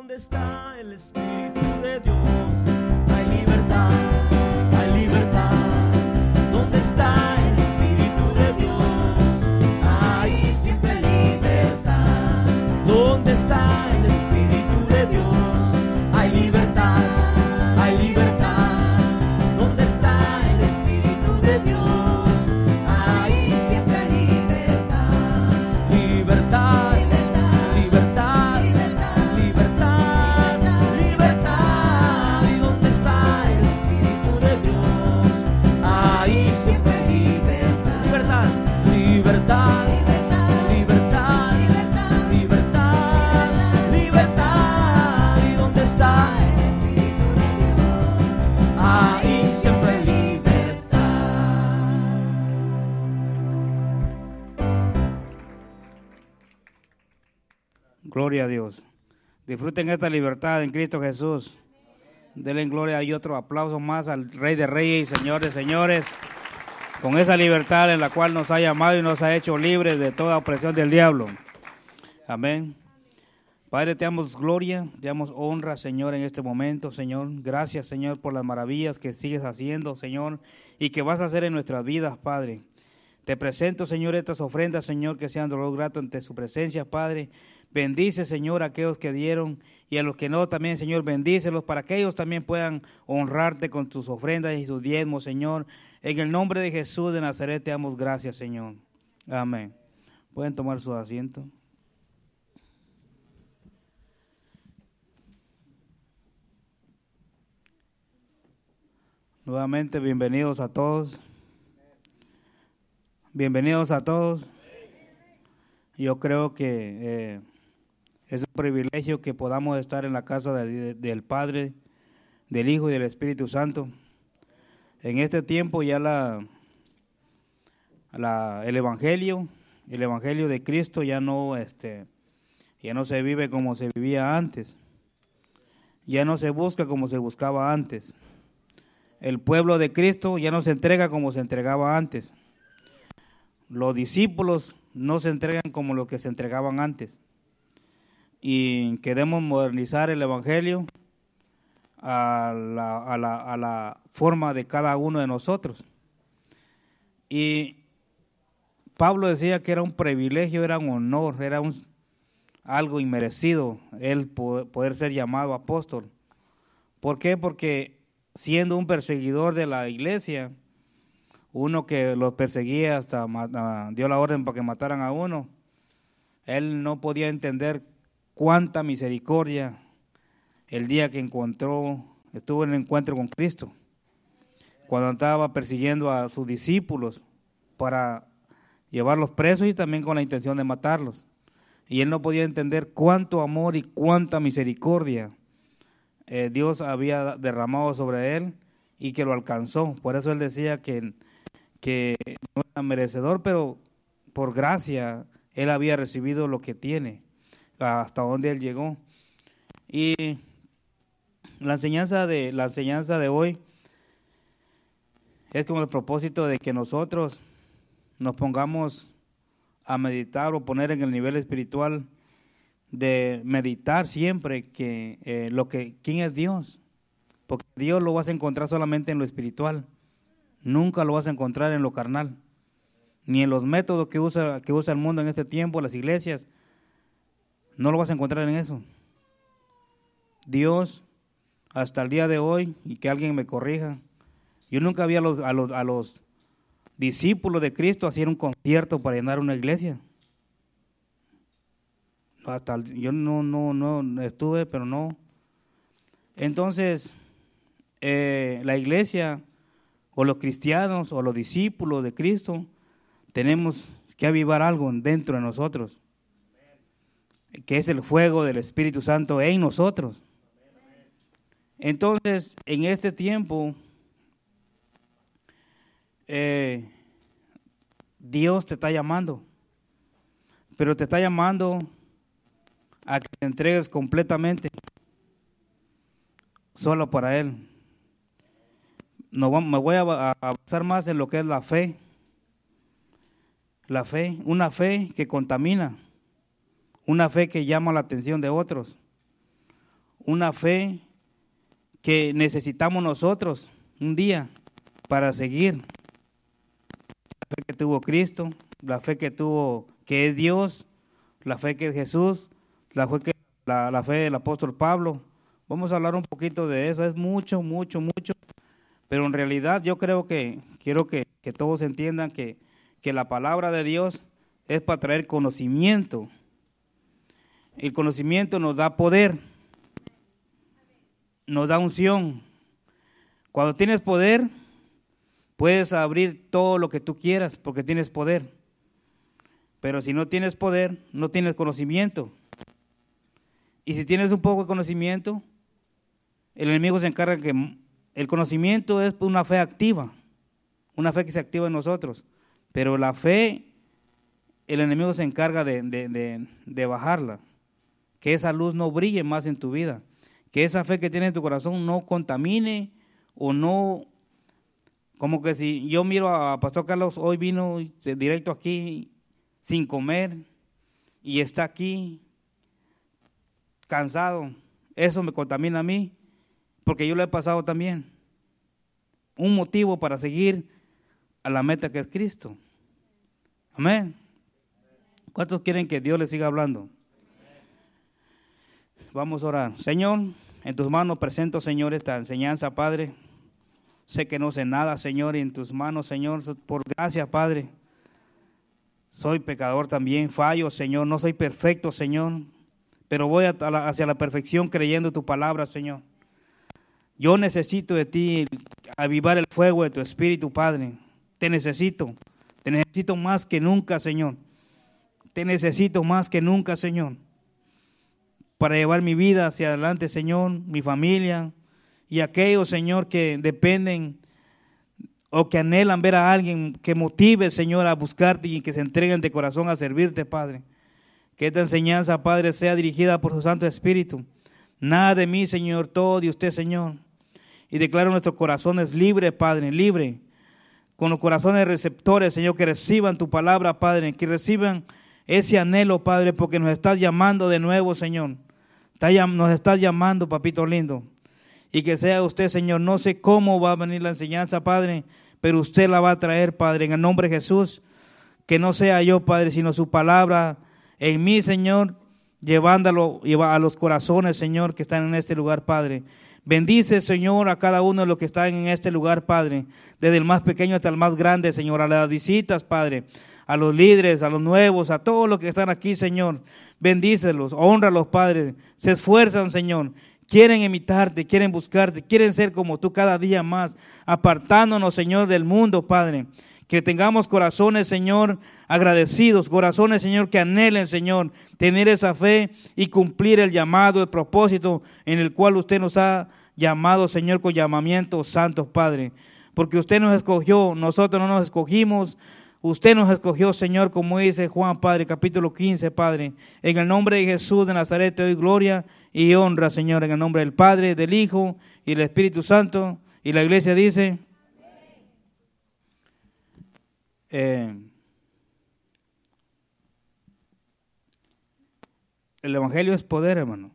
¿Dónde está el Espíritu de Dios? Hay libertad, hay libertad. ¿Dónde está el Espíritu de Dios? Hay siempre libertad. ¿Dónde está el Espíritu de Dios? Hay libertad, hay libertad. ¿Dónde está el Espíritu de Dios? Hay siempre libertad. Libertad, libertad, libertad, libertad, libertad. ¿Y dónde está el Espíritu de Dios? Ahí siempre libertad. Libertad, libertad, libertad, libertad, libertad, libertad. ¿Y dónde está el Espíritu de Dios? Ahí siempre libertad. Gloria a Dios. Disfruten esta libertad en Cristo Jesús. Denle gloria y otro aplauso más al Rey de Reyes y Señor de Señores, con esa libertad en la cual nos ha llamado y nos ha hecho libres de toda opresión del diablo. Amén. Padre, te damos gloria, te damos honra, Señor, en este momento, Señor. Gracias, Señor, por las maravillas que sigues haciendo, Señor, y que vas a hacer en nuestras vidas, Padre. Te presento, Señor, estas ofrendas, Señor, que sean dolor grato ante su presencia, Padre. Bendice, Señor, a aquellos que dieron y a los que no también, Señor, bendícelos para que ellos también puedan honrarte con tus ofrendas y tus diezmos, Señor. En el nombre de Jesús de Nazaret te damos gracias, Señor. Amén. Pueden tomar su asiento. Nuevamente, bienvenidos a todos. Bienvenidos a todos. Yo creo que es un privilegio que podamos estar en la casa del Padre, del Hijo y del Espíritu Santo. En este tiempo ya el Evangelio de Cristo ya no se vive como se vivía antes. Ya no se busca como se buscaba antes. El pueblo de Cristo ya no se entrega como se entregaba antes. Los discípulos no se entregan como lo que se entregaban antes. Y queremos modernizar el Evangelio a la forma de cada uno de nosotros. Y Pablo decía que era un privilegio, era un honor, era algo inmerecido el poder ser llamado apóstol. ¿Por qué? Porque siendo un perseguidor de la iglesia, uno que los perseguía hasta dio la orden para que mataran a uno, él no podía entender cuánta misericordia el día que estuvo en el encuentro con Cristo, cuando estaba persiguiendo a sus discípulos para llevarlos presos y también con la intención de matarlos. Y él no podía entender cuánto amor y cuánta misericordia Dios había derramado sobre él y que lo alcanzó. Por eso él decía que no era merecedor, pero por gracia él había recibido lo que tiene, hasta donde él llegó. Y la enseñanza de hoy es con el propósito de que nosotros nos pongamos a meditar o poner en el nivel espiritual de meditar siempre quién es Dios, porque Dios lo vas a encontrar solamente en lo espiritual, nunca lo vas a encontrar en lo carnal, ni en los métodos que usa el mundo en este tiempo, las iglesias, no lo vas a encontrar en eso. Dios, hasta el día de hoy, y que alguien me corrija, yo nunca vi a los discípulos de Cristo hacer un concierto para llenar una iglesia. Yo no estuve, pero no. Entonces, la iglesia, o los cristianos, o los discípulos de Cristo, tenemos que avivar algo dentro de nosotros, que es el fuego del Espíritu Santo en nosotros. Entonces, en este tiempo, Dios te está llamando, pero te está llamando a que te entregues completamente solo para Él. Me voy a basar más en lo que es la fe. La fe, una fe que contamina, una fe que llama la atención de otros, una fe que necesitamos nosotros un día para seguir. La fe que tuvo Cristo, la fe que tuvo, que es Dios, la fe que es Jesús, la fe del apóstol Pablo. Vamos a hablar un poquito de eso, es mucho, pero en realidad yo quiero que todos entiendan que la palabra de Dios es para traer conocimiento. El conocimiento nos da poder, nos da unción. Cuando tienes poder, puedes abrir todo lo que tú quieras porque tienes poder. Pero si no tienes poder, no tienes conocimiento. Y si tienes un poco de conocimiento, el enemigo se encarga que el conocimiento es una fe activa, una fe que se activa en nosotros. Pero la fe, el enemigo se encarga de bajarla. Que esa luz no brille más en tu vida. Que esa fe que tienes en tu corazón no contamine o no. Como que si yo miro a Pastor Carlos, hoy vino directo aquí sin comer y está aquí cansado. Eso me contamina a mí porque yo lo he pasado también. Un motivo para seguir a la meta que es Cristo. Amén. ¿Cuántos quieren que Dios les siga hablando? Vamos a orar. Señor, en tus manos presento, Señor, esta enseñanza, Padre. Sé que no sé nada, Señor, y en tus manos, Señor, por gracia, Padre. Soy pecador también, fallo, Señor, no soy perfecto, Señor, pero voy hacia la perfección creyendo tu palabra, Señor. Yo necesito de ti avivar el fuego de tu espíritu, Padre. Te necesito más que nunca, Señor. Te necesito más que nunca, Señor, para llevar mi vida hacia adelante, Señor, mi familia y aquellos, Señor, que dependen o que anhelan ver a alguien que motive, Señor, a buscarte y que se entreguen de corazón a servirte, Padre. Que esta enseñanza, Padre, sea dirigida por su Santo Espíritu. Nada de mí, Señor, todo de usted, Señor. Y declaro nuestros corazones libres, Padre, libre, con los corazones receptores, Señor, que reciban tu palabra, Padre, que reciban ese anhelo, Padre, porque nos estás llamando de nuevo, Señor. Nos estás llamando, papito lindo. Y que sea usted, Señor, no sé cómo va a venir la enseñanza, Padre, pero usted la va a traer, Padre, en el nombre de Jesús. Que no sea yo, Padre, sino su palabra en mí, Señor, llevándolo a los corazones, Señor, que están en este lugar, Padre. Bendice, Señor, a cada uno de los que están en este lugar, Padre, desde el más pequeño hasta el más grande, Señor, a las visitas, Padre, a los líderes, a los nuevos, a todos los que están aquí, Señor. Bendícelos, hónralos, Padre. Se esfuerzan, Señor. Quieren imitarte, quieren buscarte, quieren ser como tú cada día más, apartándonos, Señor, del mundo, Padre. Que tengamos corazones, Señor, agradecidos, corazones, Señor, que anhelen, Señor, tener esa fe y cumplir el llamado, el propósito en el cual usted nos ha llamado, Señor, con llamamientos santos, Padre. Porque usted nos escogió, nosotros no nos escogimos. Usted nos escogió, Señor, como dice Juan, Padre, capítulo 15, Padre. En el nombre de Jesús de Nazaret te doy gloria y honra, Señor, en el nombre del Padre, del Hijo y del Espíritu Santo. Y la iglesia dice, el Evangelio es poder, hermano.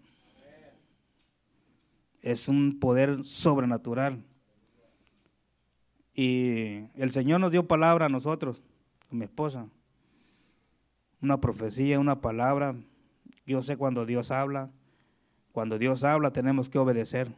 Es un poder sobrenatural. Y el Señor nos dio palabra a nosotros, a mi esposa. Una profecía, una palabra. Yo sé cuando Dios habla. Cuando Dios habla tenemos que obedecer.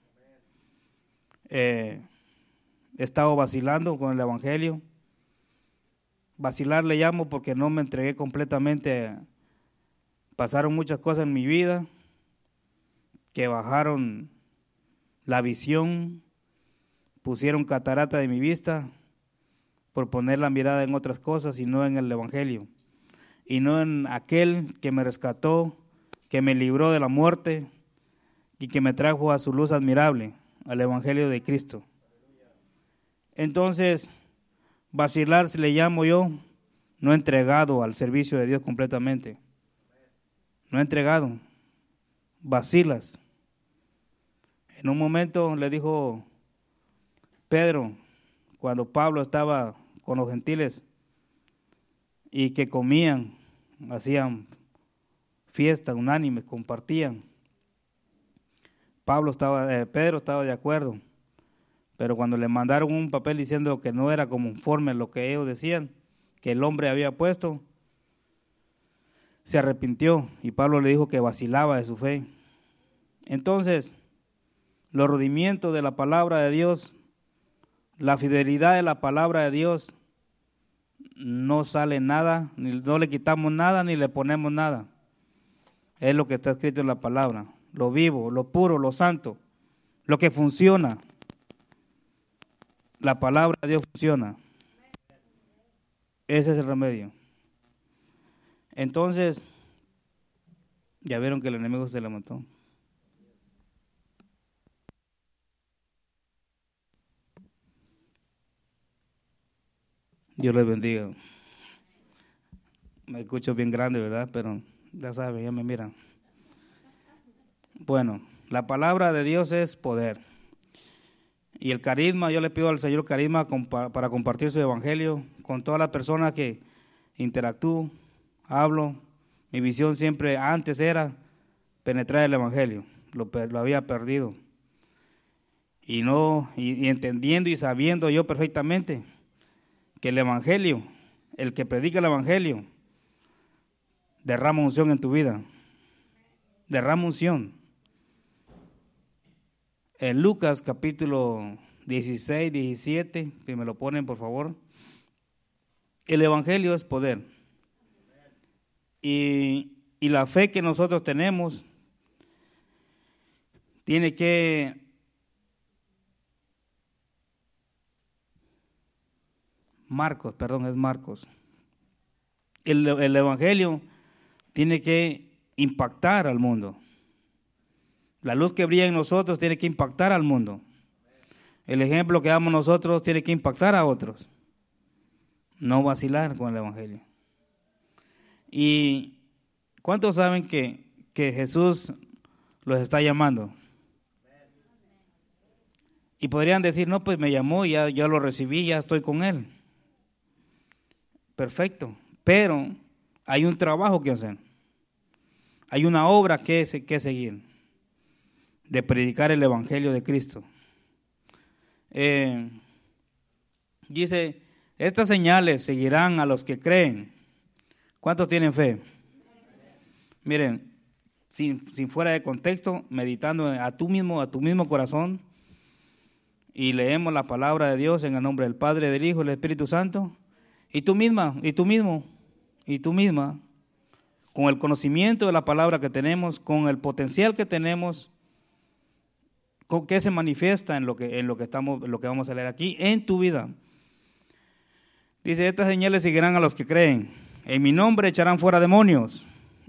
He estado vacilando con el Evangelio. Vacilar le llamo porque no me entregué completamente. Pasaron muchas cosas en mi vida que bajaron la visión, pusieron catarata de mi vista por poner la mirada en otras cosas y no en el Evangelio. Y no en aquel que me rescató, que me libró de la muerte y que me trajo a su luz admirable, al Evangelio de Cristo. Entonces, vacilar se le llamo yo, no entregado al servicio de Dios completamente. No entregado, vacilas. En un momento le dijo Pedro, cuando Pablo estaba con los gentiles y que comían, hacían fiesta unánime, compartían. Pedro estaba de acuerdo, pero cuando le mandaron un papel diciendo que no era conforme a lo que ellos decían, que el hombre había puesto, se arrepintió y Pablo le dijo que vacilaba de su fe. Entonces, los rudimientos de la palabra de Dios, la fidelidad de la palabra de Dios, no sale nada, no le quitamos nada ni le ponemos nada. Es lo que está escrito en la palabra, lo vivo, lo puro, lo santo, lo que funciona. La palabra de Dios funciona. Ese es el remedio. Entonces, ya vieron que el enemigo se levantó. Dios les bendiga. Me escucho bien grande, ¿verdad? Pero ya saben, ya me miran. Bueno, la palabra de Dios es poder. Y el carisma, yo le pido al Señor carisma para compartir su evangelio con todas las personas que interactúo, hablo. Mi visión siempre antes era penetrar el evangelio, lo había perdido. Y entendiendo y sabiendo yo perfectamente que el evangelio, el que predica el evangelio, derrama unción en tu vida, derrama unción. En Lucas capítulo 16, 17, que me lo ponen por favor, el evangelio es poder. Y la fe que nosotros tenemos tiene que es Marcos. El evangelio tiene que impactar al mundo. La luz que brilla en nosotros tiene que impactar al mundo. El ejemplo que damos nosotros tiene que impactar a otros. No vacilar con el evangelio. ¿Y cuántos saben que Jesús los está llamando? Y podrían decir, no, pues me llamó, ya lo recibí, ya estoy con él. Perfecto, pero hay un trabajo que hacer. Hay una obra que seguir, de predicar el evangelio de Cristo. Dice, estas señales seguirán a los que creen. ¿Cuántos tienen fe? Miren, sin fuera de contexto, meditando a tu mismo corazón, y leemos la palabra de Dios en el nombre del Padre, del Hijo y del Espíritu Santo, y tú misma, con el conocimiento de la palabra que tenemos, con el potencial que tenemos, con que se manifiesta en lo que vamos a leer aquí, en tu vida. Dice, estas señales seguirán a los que creen. En mi nombre echarán fuera demonios,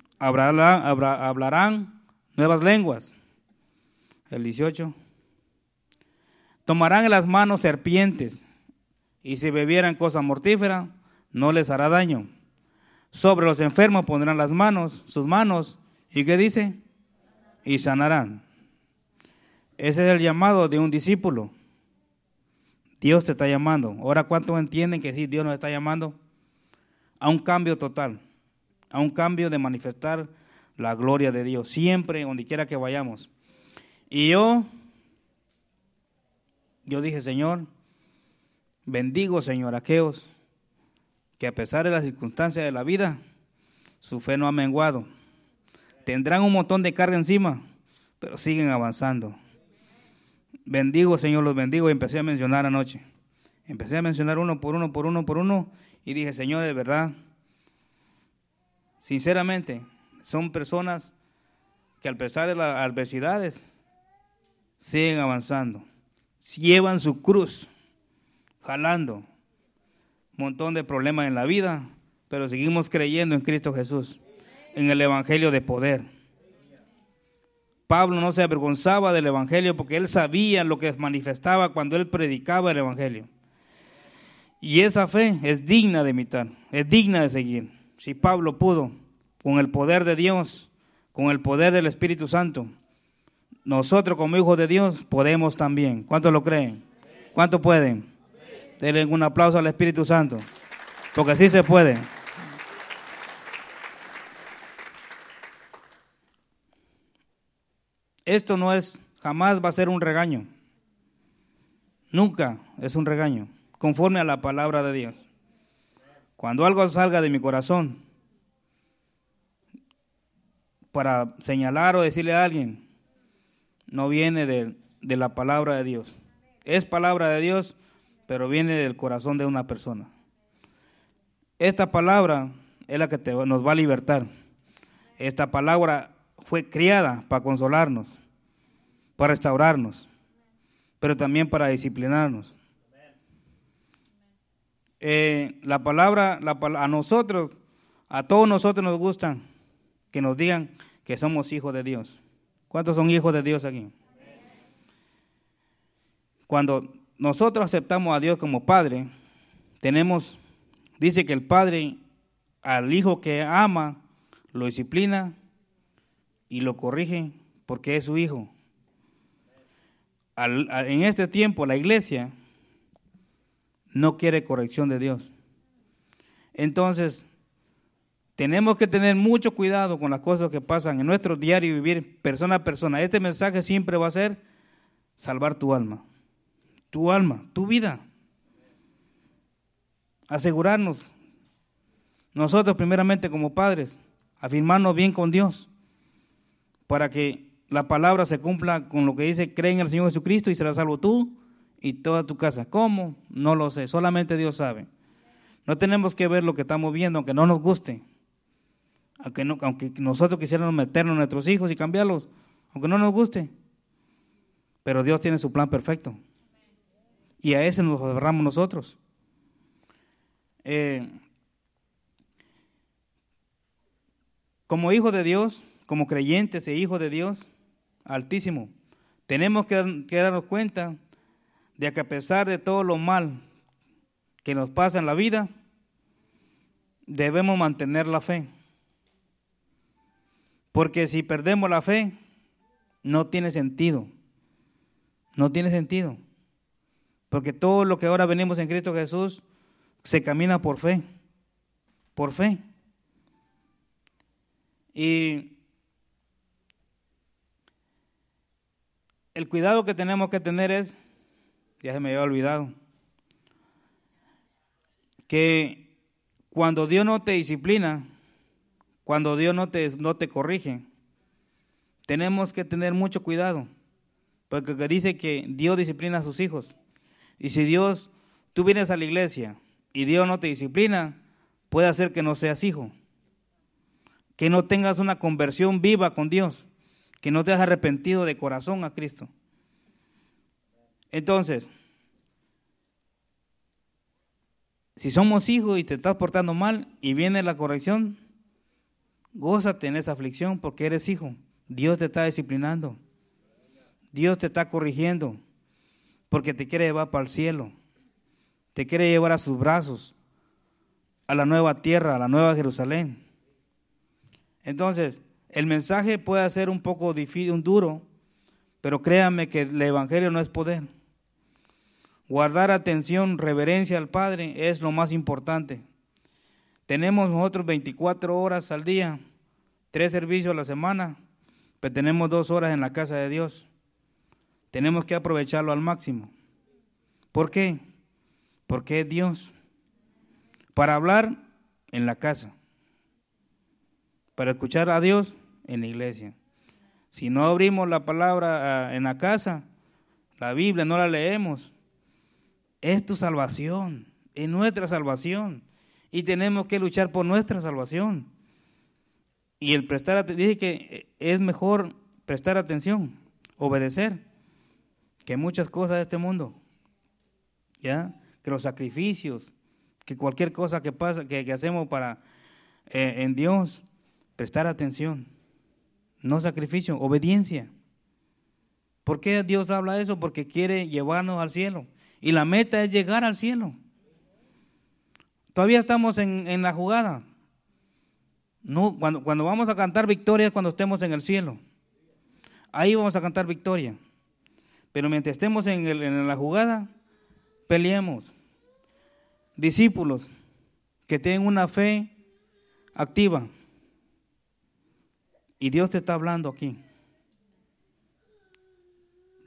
hablarán nuevas lenguas. El 18. Tomarán en las manos serpientes, y si bebieran cosa mortífera, no les hará daño. Sobre los enfermos pondrán sus manos, ¿y qué dice? Y sanarán. Ese es el llamado de un discípulo. Dios te está llamando. Ahora, ¿cuántos entienden que sí, Dios nos está llamando? A un cambio total, a un cambio de manifestar la gloria de Dios, siempre, donde quiera que vayamos. Y yo dije, Señor, bendigo, Señor, a aquellos que a pesar de las circunstancias de la vida, su fe no ha menguado. Tendrán un montón de carga encima, pero siguen avanzando. Bendigo, Señor, los bendigo. Y empecé a mencionar anoche. Empecé a mencionar uno por uno. Y dije, Señor, de verdad, sinceramente, son personas que a pesar de las adversidades, siguen avanzando. Llevan su cruz, jalando un montón de problemas en la vida, pero seguimos creyendo en Cristo Jesús, en el evangelio de poder. Pablo no se avergonzaba del evangelio porque él sabía lo que manifestaba cuando él predicaba el evangelio. Y esa fe es digna de imitar, es digna de seguir. Si Pablo pudo, con el poder de Dios, con el poder del Espíritu Santo, nosotros como hijos de Dios podemos también. ¿Cuántos lo creen? ¿Cuántos pueden? Denle un aplauso al Espíritu Santo, porque sí se puede. Esto no es jamás va a ser un regaño. Nunca es un regaño, conforme a la palabra de Dios. Cuando algo salga de mi corazón para señalar o decirle a alguien, no viene de la palabra de Dios. Es palabra de Dios, pero viene del corazón de una persona. Esta palabra es la que nos va a libertar. Esta palabra fue criada para consolarnos, para restaurarnos, pero también para disciplinarnos. La palabra, a nosotros, a todos nosotros nos gusta que nos digan que somos hijos de Dios. ¿Cuántos son hijos de Dios aquí? Cuando nosotros aceptamos a Dios como Padre, dice que el Padre al hijo que ama, lo disciplina y lo corrige porque es su hijo. En este tiempo la iglesia no quiere corrección de Dios. Entonces, tenemos que tener mucho cuidado con las cosas que pasan en nuestro diario vivir, persona a persona. Este mensaje siempre va a ser salvar tu alma, tu vida. Asegurarnos, nosotros primeramente como padres, afirmarnos bien con Dios, para que la palabra se cumpla con lo que dice: cree en el Señor Jesucristo y serás salvo tú y toda tu casa. ¿Cómo? No lo sé, solamente Dios sabe. No tenemos que ver lo que estamos viendo, aunque no nos guste, aunque nosotros quisiéramos meternos en nuestros hijos y cambiarlos, aunque no nos guste, pero Dios tiene su plan perfecto y a ese nos aferramos nosotros. Como hijos de Dios, como creyentes e hijos de Dios Altísimo, tenemos que darnos cuenta de que a pesar de todo lo mal que nos pasa en la vida, debemos mantener la fe. Porque si perdemos la fe, no tiene sentido. No tiene sentido. Porque todo lo que ahora venimos en Cristo Jesús se camina por fe. Por fe. Y el cuidado que tenemos que tener es, ya se me había olvidado, que cuando Dios no te disciplina, cuando Dios no te corrige, tenemos que tener mucho cuidado, porque dice que Dios disciplina a sus hijos. Y si tú vienes a la iglesia y Dios no te disciplina, puede hacer que no seas hijo, que no tengas una conversión viva con Dios, que no te has arrepentido de corazón a Cristo. Entonces, si somos hijos y te estás portando mal y viene la corrección, gózate en esa aflicción porque eres hijo. Dios te está disciplinando. Dios te está corrigiendo porque te quiere llevar para el cielo. Te quiere llevar a sus brazos, a la nueva tierra, a la nueva Jerusalén. Entonces, el mensaje puede ser un poco difícil, duro, pero créanme que el evangelio no es poder. Guardar atención, reverencia al Padre es lo más importante. Tenemos nosotros 24 horas al día, 3 servicios a la semana, pero tenemos 2 horas en la casa de Dios. Tenemos que aprovecharlo al máximo. ¿Por qué? Porque es Dios. Para hablar en la casa, para escuchar a Dios en la iglesia. Si no abrimos la palabra en la casa, la Biblia no la leemos, es tu salvación, es nuestra salvación y tenemos que luchar por nuestra salvación. Y el dije que es mejor prestar atención, obedecer, que muchas cosas de este mundo, ¿ya? Que los sacrificios, que cualquier cosa que pasa, que hacemos en Dios, prestar atención, no sacrificio, obediencia. ¿Por qué Dios habla eso? Porque quiere llevarnos al cielo. Y la meta es llegar al cielo. Todavía estamos en la jugada. No, cuando vamos a cantar victoria es cuando estemos en el cielo. Ahí vamos a cantar victoria. Pero mientras estemos en la jugada, peleemos. Discípulos que tienen una fe activa. Y Dios te está hablando aquí.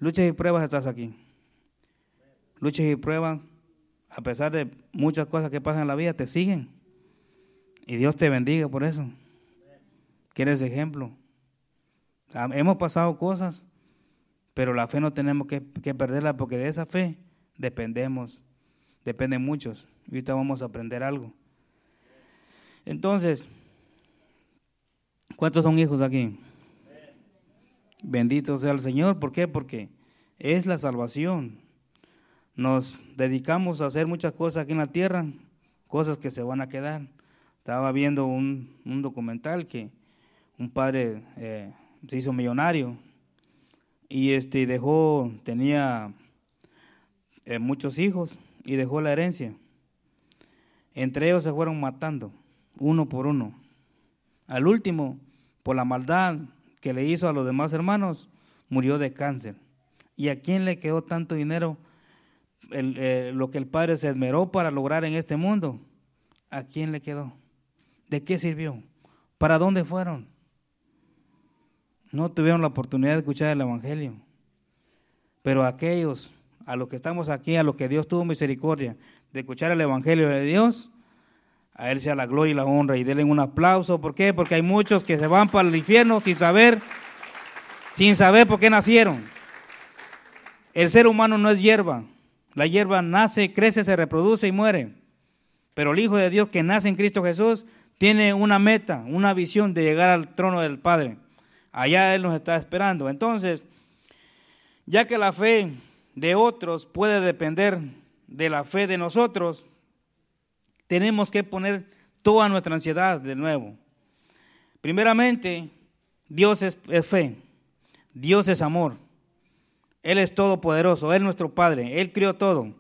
luchas y pruebas estás aquí. Luchas y pruebas, a pesar de muchas cosas que pasan en la vida, te siguen. Y Dios te bendiga por eso. ¿Quieres ejemplo? Hemos pasado cosas, pero la fe no tenemos que perderla, porque de esa fe dependen muchos. Ahorita vamos a aprender algo. Entonces, ¿cuántos son hijos aquí? Bendito sea el Señor. ¿Por qué? Porque es la salvación. Nos dedicamos a hacer muchas cosas aquí en la tierra, cosas que se van a quedar. Estaba viendo un documental que un padre se hizo millonario y tenía muchos hijos y dejó la herencia. Entre ellos se fueron matando, uno por uno. Al último, por la maldad que le hizo a los demás hermanos, murió de cáncer. ¿Y a quién le quedó tanto dinero? Lo que el padre se esmeró para lograr en este mundo, ¿a quién le quedó? ¿De qué sirvió? ¿Para dónde fueron? No tuvieron la oportunidad de escuchar el evangelio. Pero aquellos, a los que estamos aquí, a los que Dios tuvo misericordia de escuchar el evangelio de Dios, a Él sea la gloria y la honra, y denle un aplauso. ¿Por qué? Porque hay muchos que se van para el infierno sin saber por qué nacieron. El ser humano no es hierba. La hierba nace, crece, se reproduce y muere. Pero el Hijo de Dios que nace en Cristo Jesús tiene una meta, una visión de llegar al trono del Padre. Allá Él nos está esperando. Entonces, ya que la fe de otros puede depender de la fe de nosotros, tenemos que poner toda nuestra ansiedad de nuevo. Primeramente, Dios es fe, Dios es amor, Él es todopoderoso, Él es nuestro Padre, Él crió todo.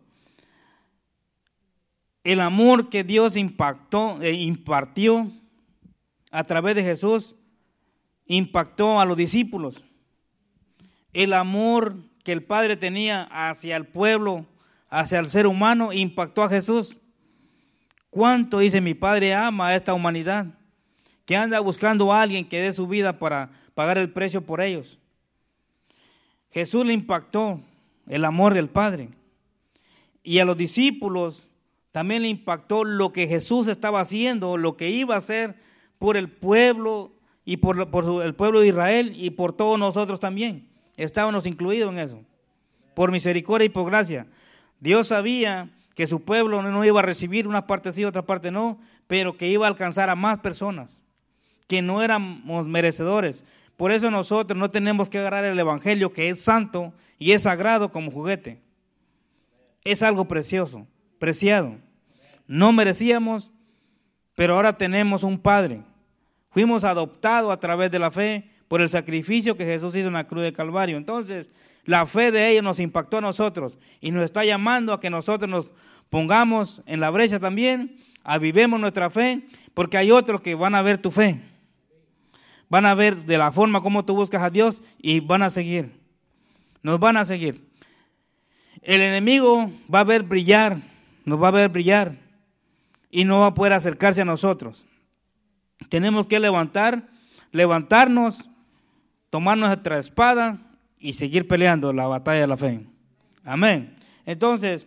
El amor que Dios impartió a través de Jesús, impactó a los discípulos. El amor que el Padre tenía hacia el pueblo, hacia el ser humano, impactó a Jesús. ¿Cuánto, dice, mi Padre ama a esta humanidad, que anda buscando a alguien que dé su vida para pagar el precio por ellos? Jesús le impactó el amor del Padre. Y a los discípulos también le impactó lo que Jesús estaba haciendo, lo que iba a hacer por el pueblo y por el pueblo de Israel y por todos nosotros también. Estábamos incluidos en eso, por misericordia y por gracia. Dios sabía que su pueblo no iba a recibir una parte sí, otra parte no, pero que iba a alcanzar a más personas, que no éramos merecedores. Por eso nosotros no tenemos que agarrar el evangelio, que es santo y es sagrado, como juguete. Es algo precioso, preciado. No merecíamos, pero ahora tenemos un Padre. Fuimos adoptados a través de la fe por el sacrificio que Jesús hizo en la cruz de Calvario. Entonces, la fe de ellos nos impactó a nosotros y nos está llamando a que nosotros nos pongamos en la brecha también, avivemos nuestra fe, porque hay otros que van a ver tu fe. Van a ver de la forma como tú buscas a Dios y van a seguir. Nos van a seguir. El enemigo va a ver brillar, nos va a ver brillar y no va a poder acercarse a nosotros. Tenemos que levantarnos, tomar nuestra espada y seguir peleando la batalla de la fe. Amén. Entonces,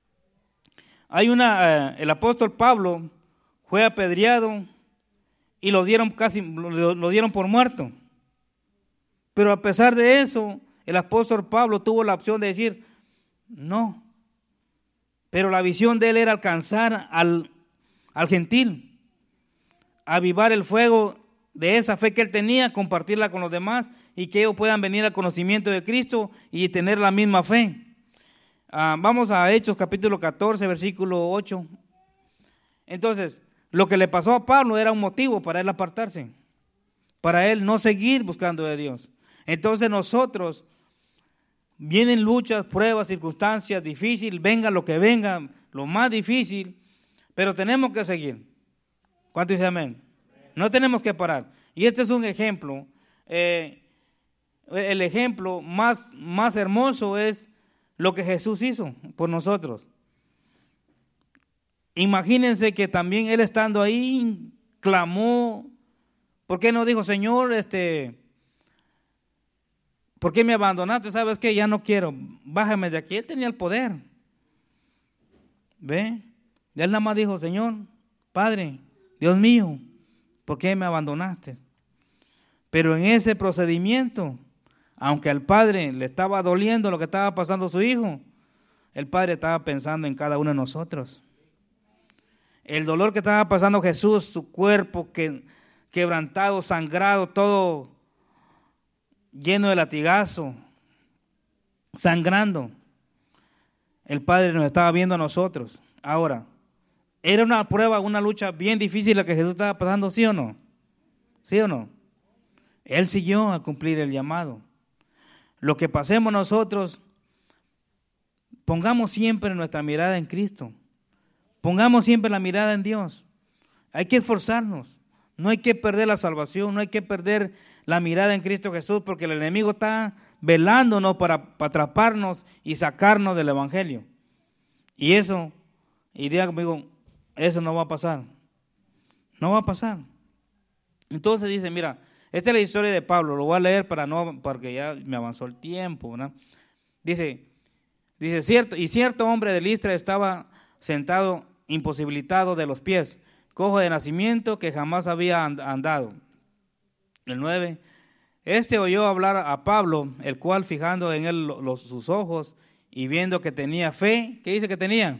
el apóstol Pablo fue apedreado y lo dieron por muerto. Pero a pesar de eso, el apóstol Pablo tuvo la opción de decir no. Pero la visión de él era alcanzar al gentil, avivar el fuego de esa fe que él tenía, compartirla con los demás y que ellos puedan venir al conocimiento de Cristo y tener la misma fe. Vamos a Hechos capítulo 14, versículo 8. Entonces, lo que le pasó a Pablo era un motivo para él apartarse, para él no seguir buscando de Dios. Entonces nosotros, vienen luchas, pruebas, circunstancias difíciles, venga lo que venga, lo más difícil, pero tenemos que seguir. ¿Cuánto dice amén? No tenemos que parar. Y este es un ejemplo. El ejemplo más hermoso es lo que Jesús hizo por nosotros. Imagínense que también él estando ahí clamó. ¿Por qué no dijo, Señor, ¿Por qué me abandonaste? ¿Sabes qué? Ya no quiero, bájame de aquí. Él tenía el poder. ¿Ve? Él nada más dijo, Señor, Padre, Dios mío, ¿por qué me abandonaste? Pero en ese procedimiento, aunque al Padre le estaba doliendo lo que estaba pasando a su hijo, el Padre estaba pensando en cada uno de nosotros. El dolor que estaba pasando Jesús, su cuerpo quebrantado, sangrado, todo lleno de latigazo, sangrando. El Padre nos estaba viendo a nosotros. Ahora, era una prueba, una lucha bien difícil la que Jesús estaba pasando, ¿sí o no? ¿Sí o no? Él siguió a cumplir el llamado. Lo que pasemos nosotros, pongamos siempre nuestra mirada en Cristo. Pongamos siempre la mirada en Dios. Hay que esforzarnos. No hay que perder la salvación, no hay que perder la mirada en Cristo Jesús, porque el enemigo está velándonos para atraparnos y sacarnos del Evangelio. Y eso, y diga conmigo, eso no va a pasar. No va a pasar. Entonces dice, mira, esta es la historia de Pablo, lo voy a leer porque ya me avanzó el tiempo, ¿verdad? Dice, cierto hombre de Listra estaba sentado imposibilitado de los pies, cojo de nacimiento que jamás había andado. El 9, este oyó hablar a Pablo, el cual fijando en él sus ojos y viendo que tenía fe, ¿qué dice que tenía?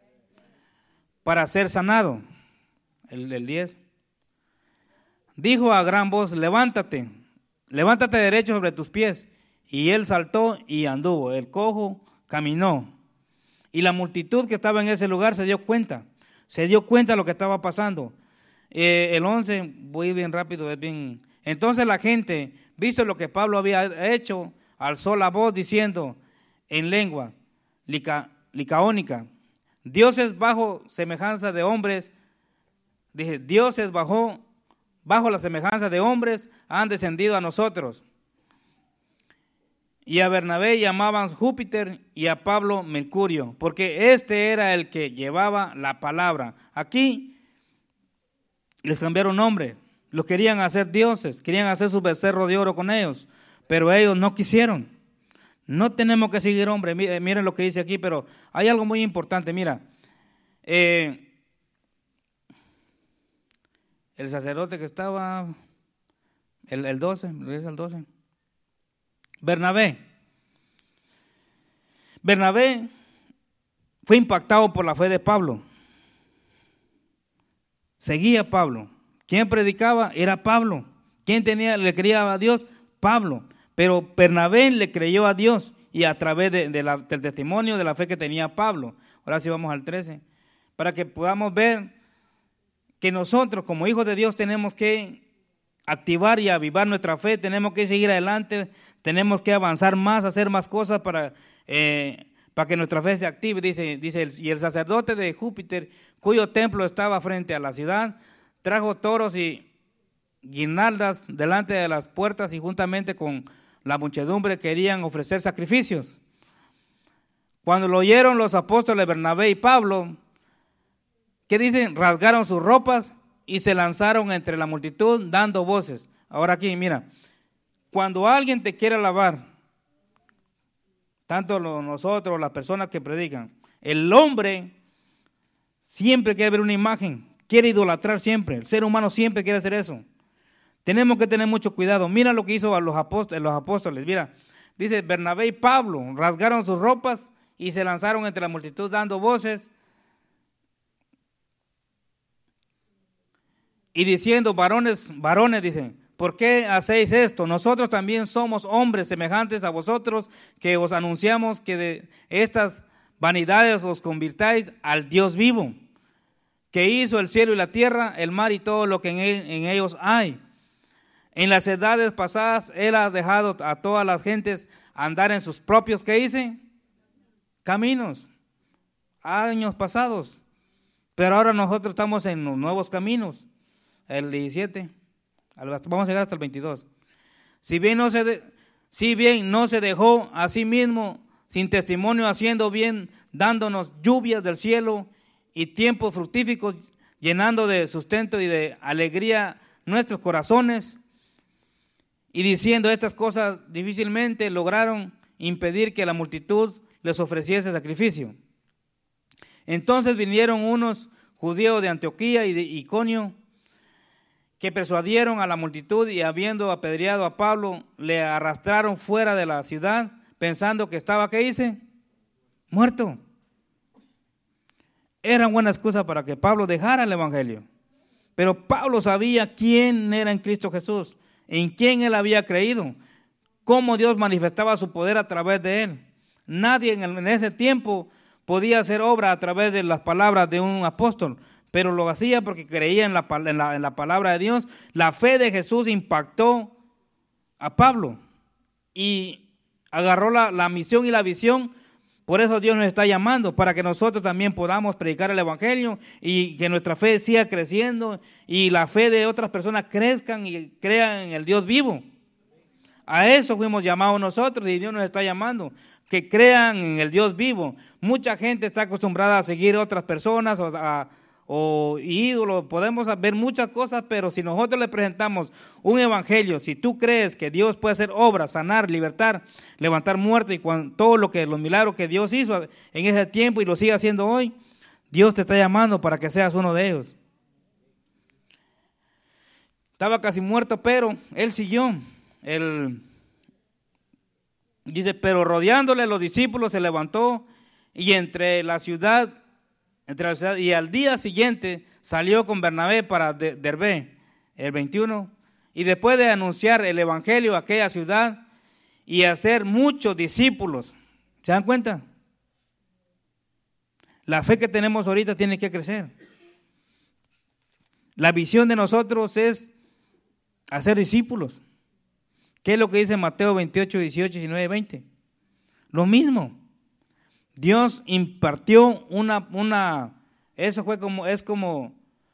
Para ser sanado. El 10. Dijo a gran voz, levántate derecho sobre tus pies. Y él saltó y anduvo. El cojo caminó. Y la multitud que estaba en ese lugar se dio cuenta de lo que estaba pasando. El 11, voy bien rápido, es bien. Entonces la gente, visto lo que Pablo había hecho, alzó la voz diciendo en lengua licaónica, dioses bajo semejanza de hombres, dioses bajo la semejanza de hombres han descendido a nosotros. Y a Bernabé llamaban Júpiter y a Pablo Mercurio, porque este era el que llevaba la palabra. Aquí les cambiaron nombre, los querían hacer dioses, querían hacer su becerro de oro con ellos, pero ellos no quisieron. No tenemos que seguir hombres, miren lo que dice aquí, pero hay algo muy importante, mira. El sacerdote que estaba, el 12, regresa al 12. Bernabé fue impactado por la fe de Pablo. Seguía a Pablo. ¿Quién predicaba? Era Pablo. ¿Quién le creía a Dios? Pablo. Pero Bernabé le creyó a Dios y a través del testimonio de la fe que tenía Pablo. Ahora sí vamos al 13. Para que podamos ver que nosotros como hijos de Dios tenemos que activar y avivar nuestra fe, tenemos que seguir adelante, tenemos que avanzar más, hacer más cosas para que nuestra fe se active. Dice, y el sacerdote de Júpiter, cuyo templo estaba frente a la ciudad, trajo toros y guirnaldas delante de las puertas y juntamente con la muchedumbre querían ofrecer sacrificios. Cuando lo oyeron los apóstoles Bernabé y Pablo, ¿qué dicen? Rasgaron sus ropas y se lanzaron entre la multitud dando voces. Ahora aquí, mira, cuando alguien te quiere alabar, tanto nosotros, las personas que predican, el hombre siempre quiere ver una imagen, quiere idolatrar siempre, el ser humano siempre quiere hacer eso. Tenemos que tener mucho cuidado. Mira lo que hizo a los apóstoles, mira, dice Bernabé y Pablo rasgaron sus ropas y se lanzaron entre la multitud dando voces y diciendo, varones, dicen, ¿por qué hacéis esto? Nosotros también somos hombres semejantes a vosotros, que os anunciamos que de estas vanidades os convirtáis al Dios vivo, que hizo el cielo y la tierra, el mar y todo lo que en ellos hay. En las edades pasadas Él ha dejado a todas las gentes andar en sus propios, ¿qué dice? Caminos, años pasados, pero ahora nosotros estamos en los nuevos caminos. El 17, vamos a llegar hasta el 22. Si bien no se dejó a sí mismo sin testimonio, haciendo bien, dándonos lluvias del cielo y tiempos fructíferos, llenando de sustento y de alegría nuestros corazones. y diciendo estas cosas difícilmente lograron impedir que la multitud les ofreciese sacrificio. Entonces vinieron unos judíos de Antioquía y de Iconio que persuadieron a la multitud y habiendo apedreado a Pablo, le arrastraron fuera de la ciudad pensando que estaba, ¿qué dice? Muerto. Era buena excusa para que Pablo dejara el evangelio. Pero Pablo sabía quién era en Cristo Jesús, en quién él había creído, cómo Dios manifestaba su poder a través de él. Nadie en ese tiempo podía hacer obra a través de las palabras de un apóstol, pero lo hacía porque creía en la palabra de Dios. La fe de Jesús impactó a Pablo y agarró la misión y la visión. Por eso Dios nos está llamando, para que nosotros también podamos predicar el evangelio y que nuestra fe siga creciendo y la fe de otras personas crezcan y crean en el Dios vivo. A eso fuimos llamados nosotros y Dios nos está llamando, que crean en el Dios vivo. Mucha gente está acostumbrada a seguir a otras personas o ídolos, podemos ver muchas cosas, pero si nosotros le presentamos un evangelio, si tú crees que Dios puede hacer obras, sanar, libertar, levantar muertos y todo los milagros que Dios hizo en ese tiempo y lo sigue haciendo hoy, Dios te está llamando para que seas uno de ellos. Estaba casi muerto, pero él siguió. Dice, pero rodeándole los discípulos se levantó y entre la ciudad y al día siguiente salió con Bernabé para Derbe, el 21, y después de anunciar el evangelio a aquella ciudad y hacer muchos discípulos. ¿Se dan cuenta? La fe que tenemos ahorita tiene que crecer. La visión de nosotros es hacer discípulos. ¿Qué es lo que dice Mateo 28, 18, 19 y 20? Lo mismo. Dios impartió eso fue como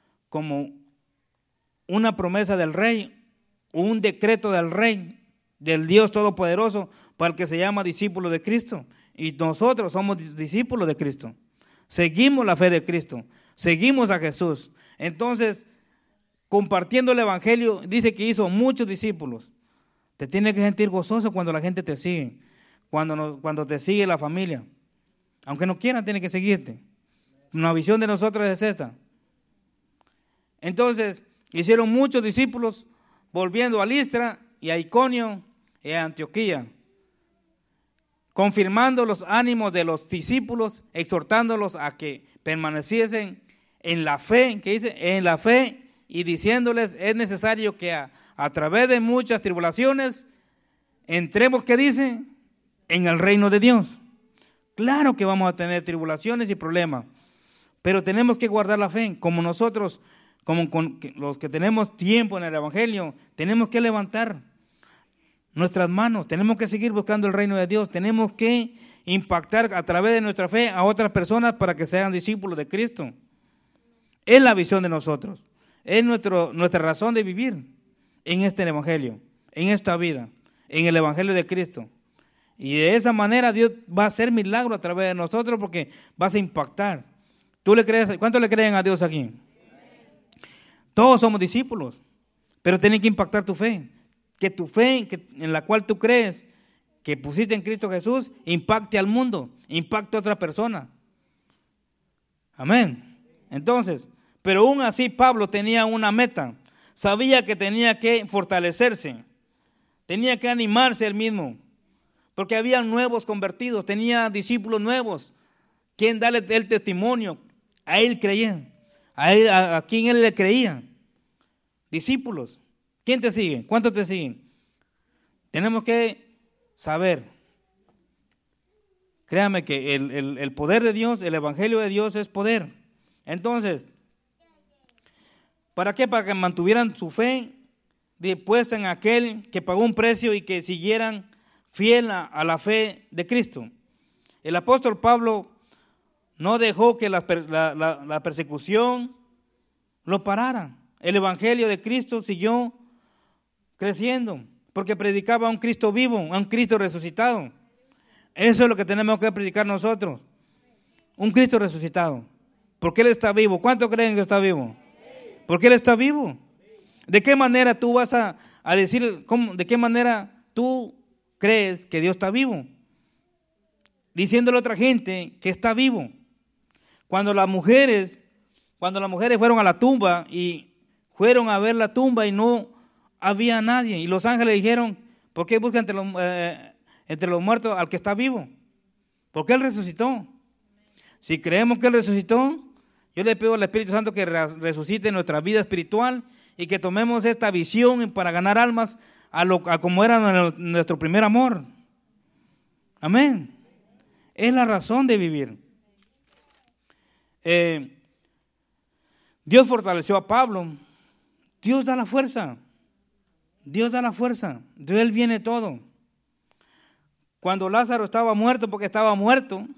una promesa del rey, un decreto del rey, del Dios Todopoderoso, para el que se llama discípulo de Cristo. Y nosotros somos discípulos de Cristo. Seguimos la fe de Cristo, seguimos a Jesús. Entonces, compartiendo el evangelio, dice que hizo muchos discípulos. Te tienes que sentir gozoso cuando la gente te sigue, cuando te sigue la familia. Aunque no quieran, tienen que seguirte. Una visión de nosotros es esta. Entonces, hicieron muchos discípulos, volviendo a Listra y a Iconio y a Antioquía, confirmando los ánimos de los discípulos, exhortándolos a que permaneciesen en la fe, que dice, en la fe, y diciéndoles, es necesario que a través de muchas tribulaciones entremos, ¿qué dice? En el reino de Dios. Claro que vamos a tener tribulaciones y problemas, pero tenemos que guardar la fe, como nosotros, los que tenemos tiempo en el evangelio, tenemos que levantar nuestras manos, tenemos que seguir buscando el reino de Dios, tenemos que impactar a través de nuestra fe a otras personas para que sean discípulos de Cristo. Es la visión de nosotros, es nuestra razón de vivir en este evangelio, en esta vida, en el evangelio de Cristo. Y de esa manera Dios va a hacer milagro a través de nosotros porque vas a impactar. ¿Tú le crees? ¿Cuántos le creen a Dios aquí? Todos somos discípulos, pero tienen que impactar tu fe. Que tu fe en la cual tú crees, que pusiste en Cristo Jesús, impacte al mundo, impacte a otra persona. Amén. Entonces, pero aún así Pablo tenía una meta. Sabía que tenía que fortalecerse, tenía que animarse él mismo, porque había nuevos convertidos, tenía discípulos nuevos, quien darle el testimonio. A él creían, a quien él le creía. Discípulos. ¿Quién te sigue? ¿Cuántos te siguen? Tenemos que saber. Créame que el poder de Dios, el evangelio de Dios es poder. Entonces, ¿para qué? Para que mantuvieran su fe puesta en aquel que pagó un precio y que siguieran fiel a la fe de Cristo. El apóstol Pablo no dejó que la persecución lo parara. El evangelio de Cristo siguió creciendo porque predicaba a un Cristo vivo, a un Cristo resucitado. Eso es lo que tenemos que predicar nosotros. Un Cristo resucitado. Porque Él está vivo. ¿Cuántos creen que está vivo? Porque Él está vivo. ¿De qué manera tú vas a a decir de qué manera tú crees que Dios está vivo. Diciéndole a otra gente que está vivo. Cuando las mujeres fueron a la tumba y fueron a ver la tumba y no había nadie. Y los ángeles dijeron, ¿por qué buscan entre los muertos al que está vivo? Porque Él resucitó. Si creemos que Él resucitó, yo le pido al Espíritu Santo que resucite nuestra vida espiritual y que tomemos esta visión para ganar almas a como era nuestro primer amor. Amén. Es la razón de vivir. Dios fortaleció a Pablo. Dios da la fuerza. Dios da la fuerza. De Él viene todo. Cuando Lázaro estaba muerto, porque estaba muerto,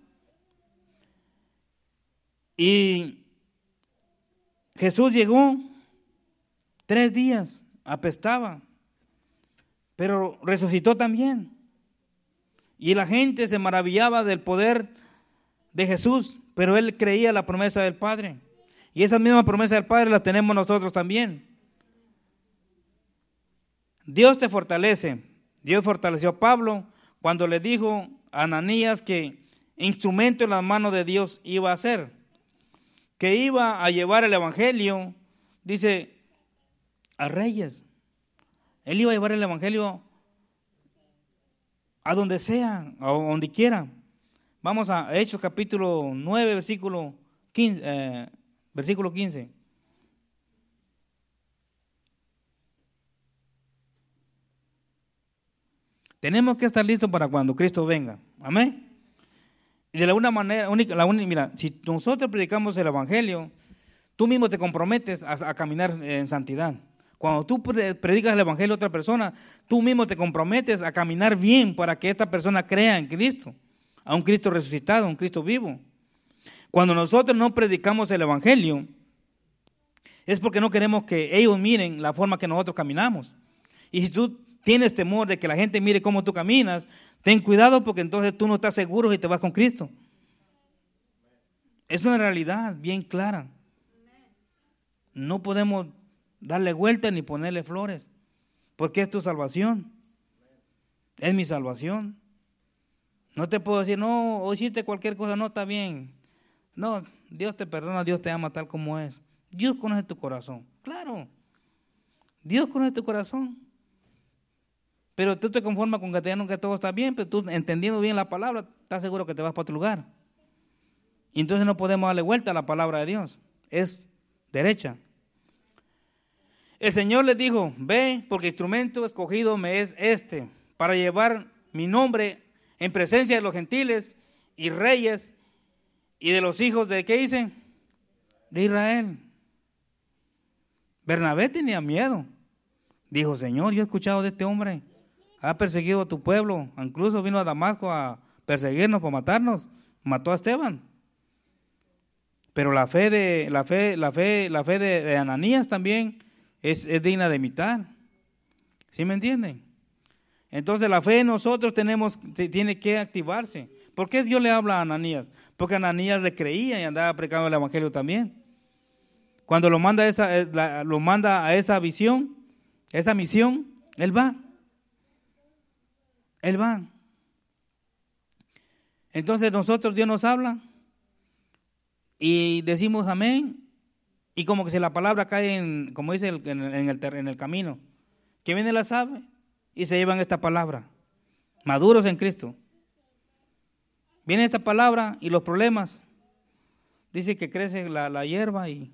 y Jesús llegó, 3 días, apestaba, pero resucitó también. Y la gente se maravillaba del poder de Jesús, pero él creía la promesa del Padre. Y esa misma promesa del Padre la tenemos nosotros también. Dios te fortalece. Dios fortaleció a Pablo cuando le dijo a Ananías que instrumento en las manos de Dios iba a ser, que iba a llevar el evangelio, dice, a reyes. Él iba a llevar el evangelio a donde sea, a donde quiera. Vamos a Hechos capítulo 9, versículo 15. Tenemos que estar listos para cuando Cristo venga. Amén. Y de la una manera, mira, si nosotros predicamos el evangelio, tú mismo te comprometes a caminar en santidad. Cuando tú predicas el evangelio a otra persona, tú mismo te comprometes a caminar bien para que esta persona crea en Cristo, a un Cristo resucitado, a un Cristo vivo. Cuando nosotros no predicamos el evangelio, es porque no queremos que ellos miren la forma que nosotros caminamos. Y si tú tienes temor de que la gente mire cómo tú caminas, ten cuidado porque entonces tú no estás seguro si te vas con Cristo. Es una realidad bien clara. No podemos darle vuelta ni ponerle flores, porque es tu salvación. Es mi salvación. No te puedo decir, no, o hiciste cualquier cosa, no está bien. No, Dios te perdona, Dios te ama tal como es. Dios conoce tu corazón. Claro, Dios conoce tu corazón. Pero tú te conformas con que todo está bien, pero tú entendiendo bien la palabra, estás seguro que te vas para otro lugar. Y entonces no podemos darle vuelta a la palabra de Dios. Es derecha. El Señor les dijo, ve, porque instrumento escogido me es este, para llevar mi nombre en presencia de los gentiles y reyes y de los hijos de, ¿qué dicen? De Israel. Bernabé tenía miedo. Dijo, Señor, yo he escuchado de este hombre. Ha perseguido a tu pueblo. Incluso vino a Damasco a perseguirnos, para matarnos. Mató a Esteban. Pero la fe de Ananías también es digna de imitar. ¿Sí me entienden? Entonces la fe de nosotros tiene que activarse. ¿Por qué Dios le habla a Ananías? Porque Ananías le creía y andaba predicando el evangelio también. Cuando lo manda a esa visión, esa misión, él va. Él va. Entonces nosotros, Dios nos habla y decimos amén, y como que si la palabra cae como dice en el camino, que viene las aves y se llevan esta palabra, maduros en Cristo. Viene esta palabra y los problemas, dice que crece la hierba y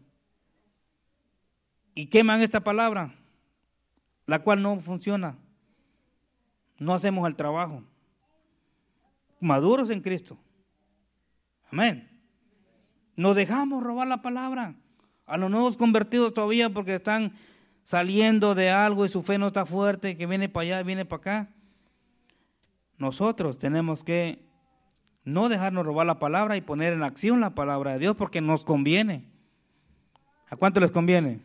queman esta palabra, la cual no funciona. No hacemos el trabajo. Maduros en Cristo. Amén. Nos dejamos robar la palabra. A los nuevos convertidos todavía porque están saliendo de algo y su fe no está fuerte, que viene para allá, viene para acá. Nosotros tenemos que no dejarnos robar la palabra y poner en acción la palabra de Dios porque nos conviene. ¿A cuánto les conviene?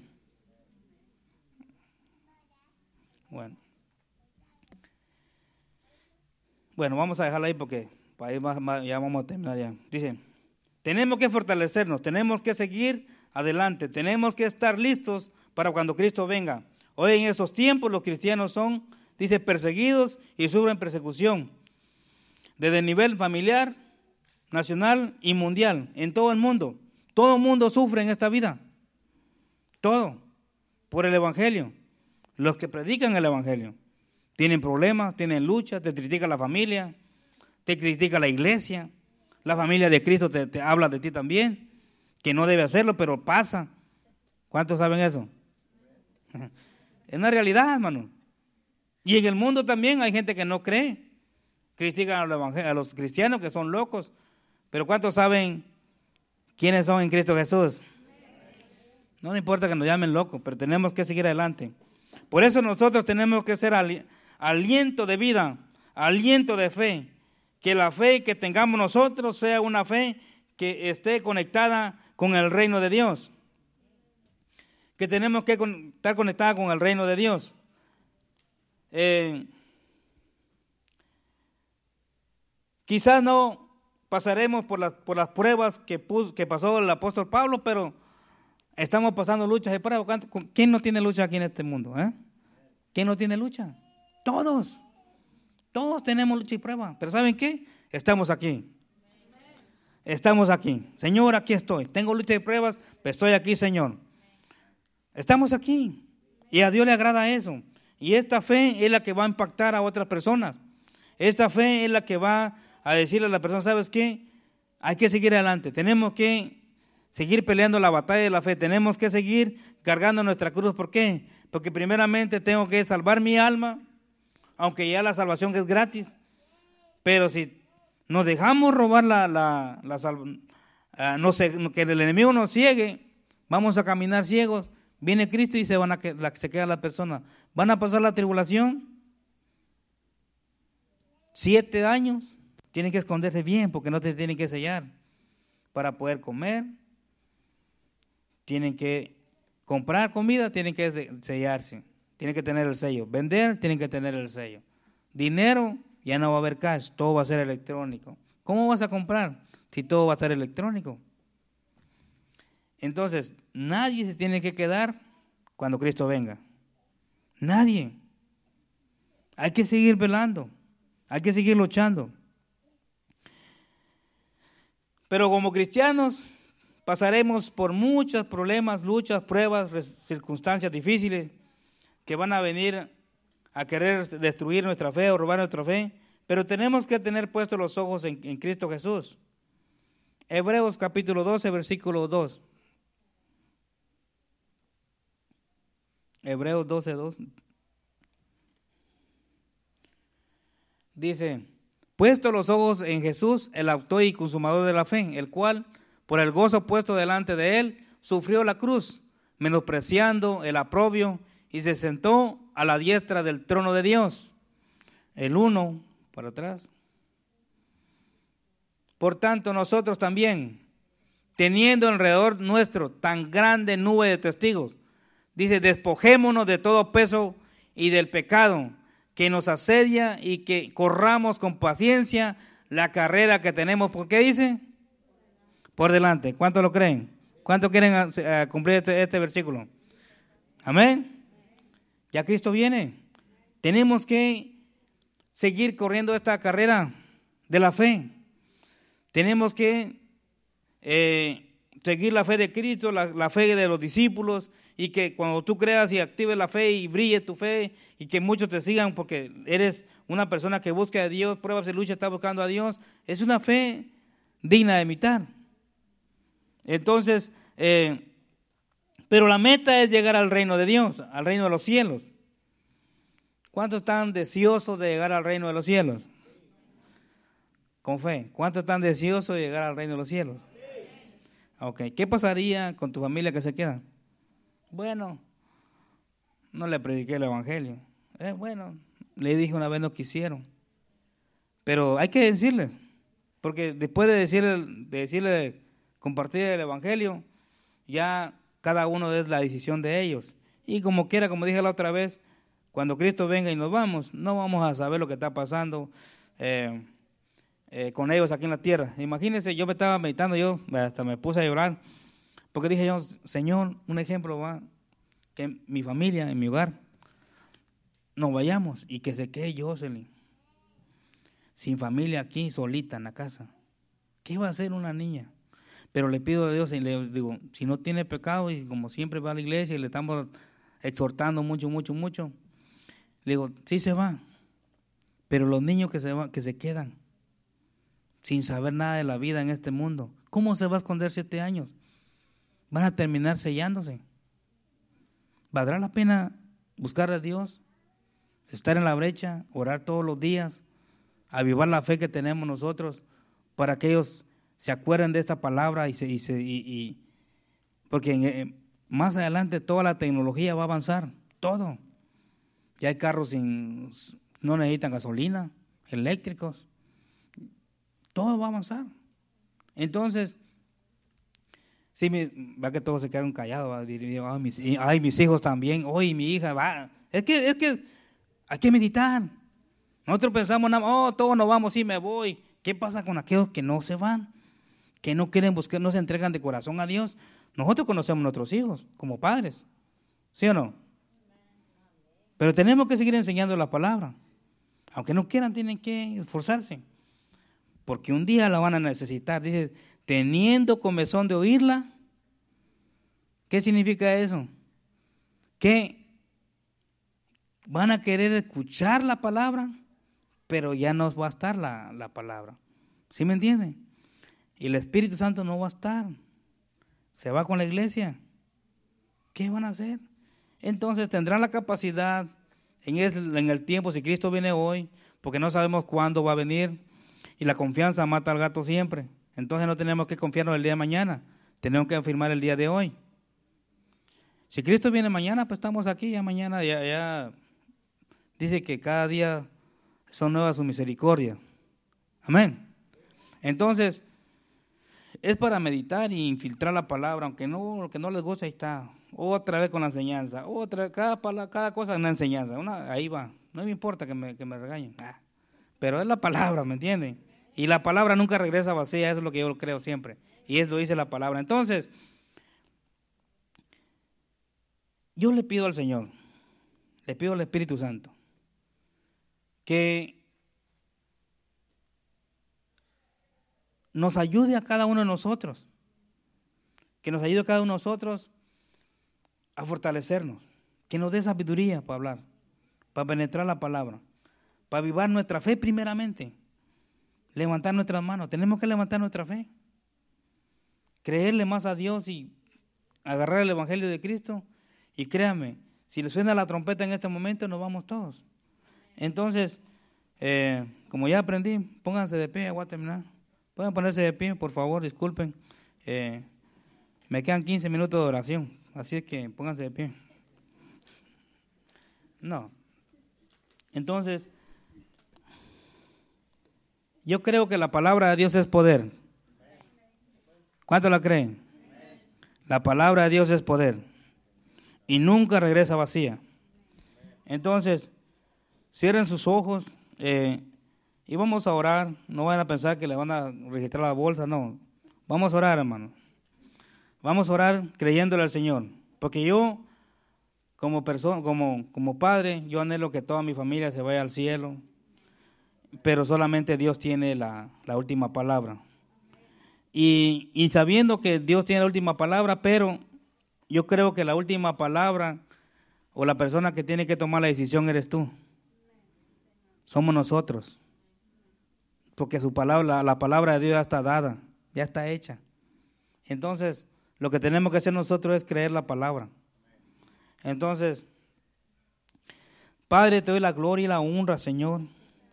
Bueno, vamos a dejarla ahí porque para ir ya vamos a terminar ya. Dice, tenemos que fortalecernos, tenemos que seguir adelante, tenemos que estar listos para cuando Cristo venga. Hoy en estos tiempos los cristianos son, dice, perseguidos y sufren persecución. Desde el nivel familiar, nacional y mundial, en todo el mundo. Todo el mundo sufre en esta vida. Todo. Por el Evangelio. Los que predican el Evangelio. Tienen problemas, tienen luchas, te critica la familia, te critica la iglesia. La familia de Cristo te habla de ti también, que no debe hacerlo, pero pasa. ¿Cuántos saben eso? Es una realidad, hermano. Y en el mundo también hay gente que no cree. Critican a los cristianos que son locos. Pero ¿cuántos saben quiénes son en Cristo Jesús? No importa que nos llamen locos, pero tenemos que seguir adelante. Por eso nosotros tenemos que ser aliento de vida, aliento de fe. Que la fe que tengamos nosotros sea una fe que esté conectada con el reino de Dios. Que tenemos que estar conectada con el reino de Dios. Quizás no pasaremos por las pruebas que pasó el apóstol Pablo, pero estamos pasando luchas y pruebas. ¿Quién no tiene lucha aquí en este mundo? ¿Quién no tiene lucha? Todos. Todos tenemos lucha y prueba. Pero ¿saben qué? Estamos aquí. Estamos aquí. Señor, aquí estoy. Tengo lucha y pruebas, pero estoy aquí, Señor. Estamos aquí. Y a Dios le agrada eso. Y esta fe es la que va a impactar a otras personas. Esta fe es la que va a decirle a la persona, ¿sabes qué? Hay que seguir adelante. Tenemos que seguir peleando la batalla de la fe. Tenemos que seguir cargando nuestra cruz. ¿Por qué? Porque primeramente tengo que salvar mi alma, aunque ya la salvación es gratis. Pero si nos dejamos robar que el enemigo nos ciegue, vamos a caminar ciegos. Viene Cristo y se queda la persona. Van a pasar la tribulación. 7 años. Tienen que esconderse bien porque no te tienen que sellar para poder comer. Tienen que comprar comida, tienen que sellarse. Tienen que tener el sello. Vender, tienen que tener el sello. Dinero, ya no va a haber cash, todo va a ser electrónico. ¿Cómo vas a comprar si todo va a ser electrónico? Entonces, nadie se tiene que quedar cuando Cristo venga. Nadie. Hay que seguir velando. Hay que seguir luchando. Pero como cristianos pasaremos por muchos problemas, luchas, pruebas, circunstancias difíciles que van a venir a querer destruir nuestra fe o robar nuestra fe. Pero tenemos que tener puestos los ojos en Cristo Jesús. Hebreos capítulo 12, versículo 2. Hebreos 12, 2. Dice, puesto los ojos en Jesús, el autor y consumador de la fe, el cual, por el gozo puesto delante de él, sufrió la cruz, menospreciando el oprobio, y se sentó a la diestra del trono de Dios. El 1, para atrás. Por tanto, nosotros también, teniendo alrededor nuestro tan grande nube de testigos, dice, despojémonos de todo peso y del pecado que nos asedia y que corramos con paciencia la carrera que tenemos. ¿Por qué dice? Por delante. ¿Cuántos lo creen? ¿Cuántos quieren cumplir este versículo? Amén. Ya Cristo viene. Tenemos que seguir corriendo esta carrera de la fe. Tenemos que seguir la fe de Cristo, la fe de los discípulos, y que cuando tú creas y actives la fe y brille tu fe y que muchos te sigan porque eres una persona que busca a Dios, pruebas y lucha, está buscando a Dios, es una fe digna de imitar. Entonces, pero la meta es llegar al reino de Dios, al reino de los cielos. ¿Cuántos están deseosos de llegar al reino de los cielos? Con fe. ¿Cuántos están deseosos de llegar al reino de los cielos? Ok. ¿Qué pasaría con tu familia que se queda? Bueno, no le prediqué el evangelio. Bueno, le dije una vez no quisieron. Pero hay que decirles, porque después de decirle compartir el evangelio, ya cada uno es la decisión de ellos. Y como quiera, como dije la otra vez, cuando Cristo venga y nos vamos, no vamos a saber lo que está pasando con ellos aquí en la tierra. Imagínense, yo me estaba meditando, yo hasta me puse a llorar, porque dije yo, Señor, un ejemplo va, que mi familia, en mi hogar, nos vayamos y que se quede Jocelyn sin familia aquí, solita en la casa. ¿Qué va a hacer una niña? Pero le pido a Dios y le digo, si no tiene pecado y como siempre va a la iglesia y le estamos exhortando mucho, le digo, sí se va, pero los niños que se quedan sin saber nada de la vida en este mundo, ¿cómo se va a esconder 7 años? Van a terminar sellándose. ¿Valdrá la pena buscar a Dios, estar en la brecha, orar todos los días, avivar la fe que tenemos nosotros para que ellos se acuerden de esta palabra porque más adelante toda la tecnología va a avanzar, todo. Ya hay carros no necesitan gasolina, eléctricos, todo va a avanzar. Entonces, sí, va que todos se quedaron callados, mis hijos también, hoy mi hija va. Es que hay que meditar. Nosotros pensamos, todos nos vamos, sí me voy. ¿Qué pasa con aquellos que no se van? Que no quieren buscar, no se entregan de corazón a Dios. Nosotros conocemos a nuestros hijos como padres, ¿sí o no? Pero tenemos que seguir enseñando la palabra. Aunque no quieran, tienen que esforzarse. Porque un día la van a necesitar. Dice, teniendo comezón de oírla. ¿Qué significa eso? Que van a querer escuchar la palabra, pero ya no va a estar la palabra. ¿Sí me entienden? Y el Espíritu Santo no va a estar. Se va con la iglesia. ¿Qué van a hacer? Entonces tendrán la capacidad en el tiempo, si Cristo viene hoy, porque no sabemos cuándo va a venir, y la confianza mata al gato siempre. Entonces no tenemos que confiarnos el día de mañana, tenemos que afirmar el día de hoy. Si Cristo viene mañana, pues estamos aquí, ya mañana ya dice que cada día son nuevas sus misericordias. Amén. Entonces, es para meditar y infiltrar la palabra, aunque no les gusta, ahí está. Otra vez con la enseñanza, cada cosa es una enseñanza, ahí va. No me importa que me regañen, pero es la palabra, ¿me entienden? Y la palabra nunca regresa vacía, eso es lo que yo creo siempre. Y eso lo dice la palabra. Entonces, yo le pido al Señor, le pido al Espíritu Santo, que nos ayude a cada uno de nosotros, que nos ayude a cada uno de nosotros a fortalecernos, que nos dé sabiduría para hablar, para penetrar la palabra, para avivar nuestra fe primeramente, levantar nuestras manos. Tenemos que levantar nuestra fe, creerle más a Dios y agarrar el Evangelio de Cristo. Y créanme, si le suena la trompeta en este momento, nos vamos todos. Entonces, como ya aprendí, pónganse de pie, voy a terminar. Pueden ponerse de pie, por favor, disculpen. Me quedan 15 minutos de oración, así es que pónganse de pie. No. Entonces, yo creo que la palabra de Dios es poder. ¿Cuánto la creen? La palabra de Dios es poder y nunca regresa vacía. Entonces, cierren sus ojos y vamos a orar. No vayan a pensar que le van a registrar la bolsa, no. Vamos a orar, hermano. Vamos a orar creyéndole al Señor, porque yo como persona, como padre, yo anhelo que toda mi familia se vaya al cielo, pero solamente Dios tiene la última palabra. Y sabiendo que Dios tiene la última palabra, pero yo creo que la última palabra o la persona que tiene que tomar la decisión eres tú. Somos nosotros. Porque su palabra, la palabra de Dios ya está dada, ya está hecha. Entonces, lo que tenemos que hacer nosotros es creer la palabra. Entonces, Padre, te doy la gloria y la honra, Señor.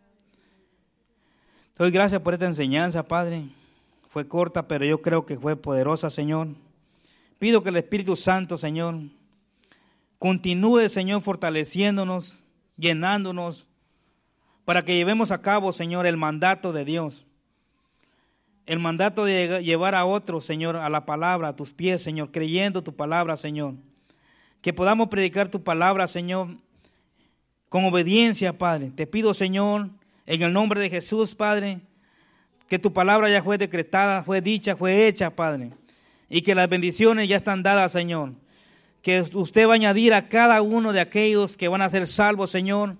Te doy gracias por esta enseñanza, Padre. Fue corta, pero yo creo que fue poderosa, Señor. Pido que el Espíritu Santo, Señor, continúe, Señor, fortaleciéndonos, llenándonos, para que llevemos a cabo, Señor, el mandato de Dios. El mandato de llevar a otros, Señor, a la palabra, a tus pies, Señor, creyendo tu palabra, Señor. Que podamos predicar tu palabra, Señor, con obediencia, Padre. Te pido, Señor, en el nombre de Jesús, Padre, que tu palabra ya fue decretada, fue dicha, fue hecha, Padre. Y que las bendiciones ya están dadas, Señor. que usted va a añadir a cada uno de aquellos que van a ser salvos, Señor,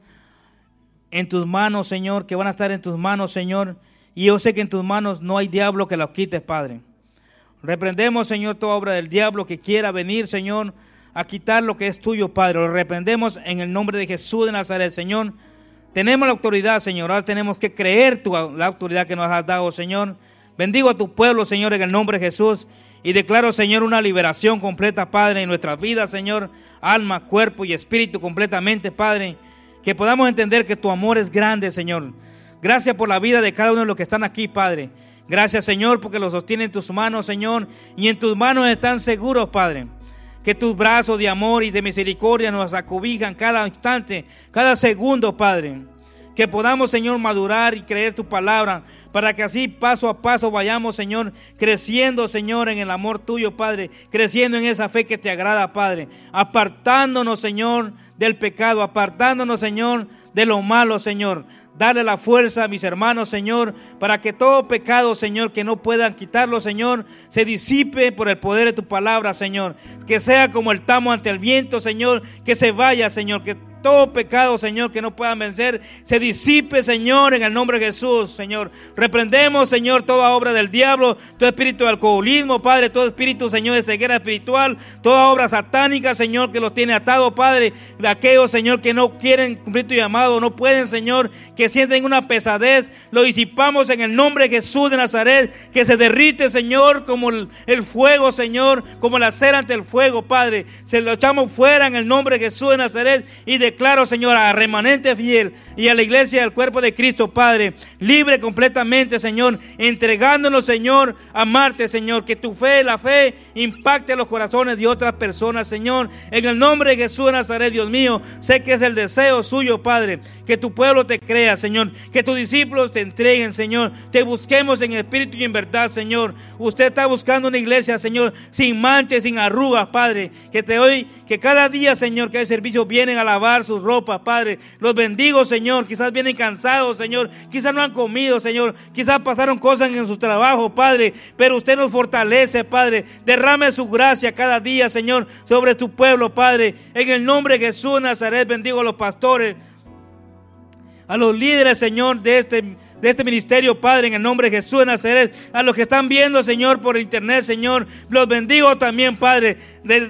en tus manos, Señor, que van a estar en tus manos, Señor. Y yo sé que en tus manos no hay diablo que los quites, Padre. Reprendemos, Señor, toda obra del diablo que quiera venir, Señor, a quitar lo que es tuyo, Padre. Lo reprendemos en el nombre de Jesús de Nazaret, Señor. Tenemos la autoridad, Señor. Ahora tenemos que creer la autoridad que nos has dado, Señor. Bendigo a tu pueblo, Señor, en el nombre de Jesús. Y declaro, Señor, una liberación completa, Padre, en nuestras vidas, Señor. Alma, cuerpo y espíritu completamente, Padre. Que podamos entender que tu amor es grande, Señor. Gracias por la vida de cada uno de los que están aquí, Padre. Gracias, Señor, porque los sostiene en tus manos, Señor. Y en tus manos están seguros, Padre. Que tus brazos de amor y de misericordia nos acobijan cada instante, cada segundo, Padre. Que podamos, Señor, madurar y creer tu palabra, para que así paso a paso vayamos, Señor, creciendo, Señor, en el amor tuyo, Padre, creciendo en esa fe que te agrada, Padre, apartándonos, Señor, del pecado, apartándonos, Señor, de lo malo, Señor. Dale la fuerza a mis hermanos, Señor, para que todo pecado, Señor, que no puedan quitarlo, Señor, se disipe por el poder de tu palabra, Señor. Que sea como el tamo ante el viento, Señor, que se vaya, Señor, que todo pecado, Señor, que no puedan vencer, se disipe, Señor, en el nombre de Jesús, Señor. Reprendemos, Señor, toda obra del diablo, todo espíritu de alcoholismo, Padre, todo espíritu, Señor, de ceguera espiritual, toda obra satánica, Señor, que los tiene atados, Padre, de aquellos, Señor, que no quieren cumplir tu llamado, no pueden, Señor, que sienten una pesadez, lo disipamos en el nombre de Jesús de Nazaret, que se derrite, Señor, como el fuego, Señor, como la cera ante el fuego, Padre. Se lo echamos fuera en el nombre de Jesús de Nazaret y declaro, Señor, a remanente fiel y a la iglesia del cuerpo de Cristo, Padre, libre completamente, Señor, entregándonos, Señor, a amarte, Señor, que tu fe, la fe, impacte los corazones de otras personas, Señor, en el nombre de Jesús de Nazaret, Dios mío. Sé que es el deseo suyo, Padre, que tu pueblo te crea, Señor, que tus discípulos te entreguen, Señor, te busquemos en espíritu y en verdad, Señor. Usted está buscando una iglesia, Señor, sin manches, sin arrugas, Padre, que cada día, Señor, que hay servicio, vienen a lavar sus ropas, Padre. Los bendigo, Señor. Quizás vienen cansados, Señor. Quizás no han comido, Señor. Quizás pasaron cosas en sus trabajos, Padre. Pero usted nos fortalece, Padre. Derrame su gracia cada día, Señor, sobre tu pueblo, Padre. En el nombre de Jesús de Nazaret, bendigo a los pastores, a los líderes, Señor, de este ministerio, Padre, en el nombre de Jesús de Nazaret. A los que están viendo, Señor, por internet, Señor, los bendigo también, Padre.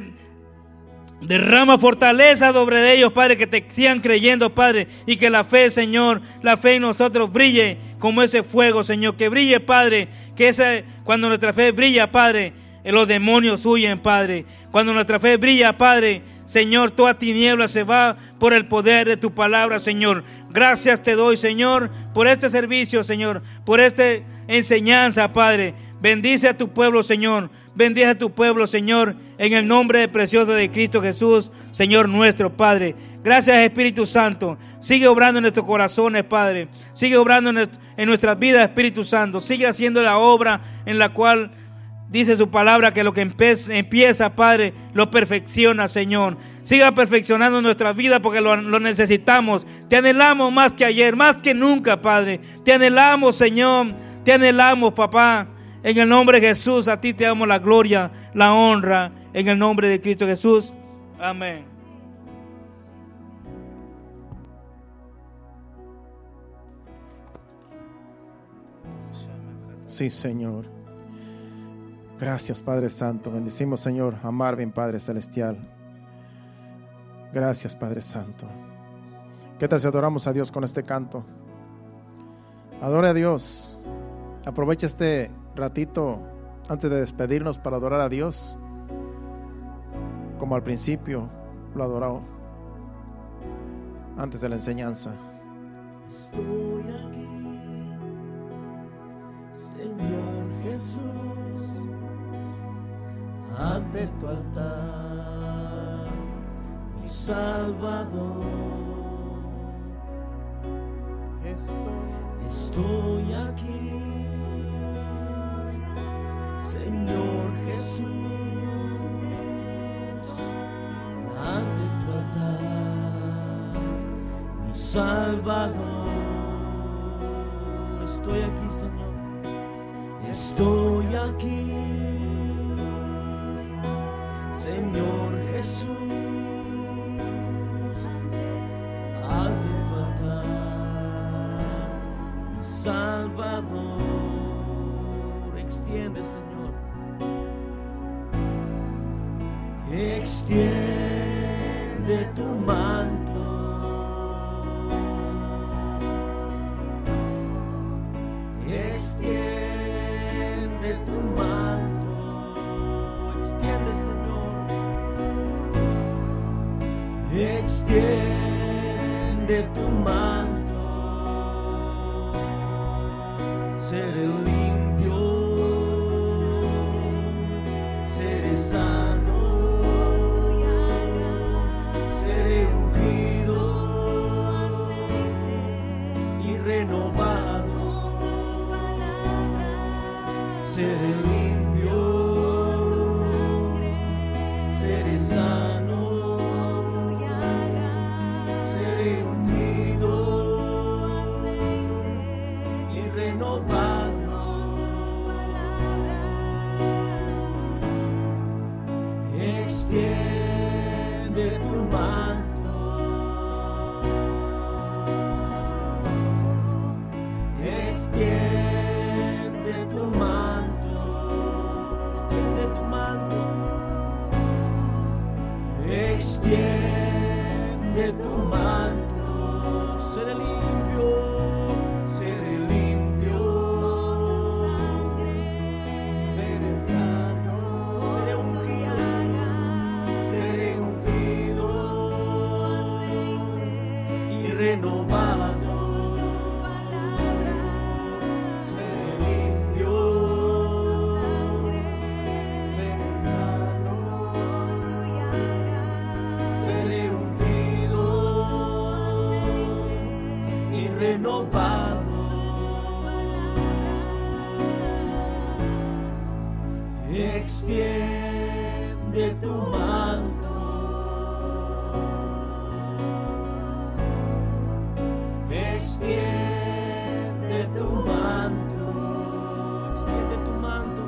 Derrama fortaleza sobre ellos, Padre, que te sigan creyendo, Padre, y que la fe, Señor, la fe en nosotros brille como ese fuego, Señor, que brille, Padre, cuando nuestra fe brilla, Padre, los demonios huyen, Padre. Cuando nuestra fe brilla, Padre, Señor, toda tiniebla se va por el poder de tu palabra, Señor. Gracias te doy, Señor, por este servicio, Señor, por esta enseñanza, Padre. Bendice a tu pueblo, Señor. Bendice a tu pueblo, Señor, en el nombre precioso de Cristo Jesús, Señor nuestro, Padre. Gracias, Espíritu Santo. Sigue obrando en nuestros corazones, Padre. Sigue obrando en nuestras vidas, Espíritu Santo. Sigue haciendo la obra en la cual dice su palabra que lo que empieza, Padre, lo perfecciona, Señor. Siga perfeccionando nuestra vida porque lo necesitamos. Te anhelamos más que ayer, más que nunca, Padre. Te anhelamos, Señor. Te anhelamos, papá. En el nombre de Jesús, a ti te damos la gloria, la honra, en el nombre de Cristo Jesús. Amén. Sí, Señor. Gracias, Padre Santo. Bendecimos, Señor, a Marvin, Padre Celestial. Gracias, Padre Santo. ¿Qué tal si adoramos a Dios con este canto? Adore a Dios. Aprovecha este ratito antes de despedirnos para adorar a Dios como al principio lo adoró antes de la enseñanza. Estoy aquí, Señor Jesús, ante tu altar, mi Salvador. Estoy aquí, Señor Jesús, ante tu altar, mi Salvador. Estoy aquí, Señor. Estoy aquí, Señor Jesús, Jesús, ante tu altar, mi Salvador. Extiende, Señor, extiende tu manto, extiende tu manto, extiende, Señor, extiende tu manto, seré limpio, seré sano, seré ungido y renovado, seré limpio, seré sano, seré ungido y renovado, extiende tu manto, extiende tu manto, extiende tu manto, extiende tu manto, seré limpio, seré limpio, seré sano, seré ungido, seré ungido y renovado, seré limpio, seré sano, seré ungido y renovado, extiende tu manto, extiende tu manto, extiende tu manto,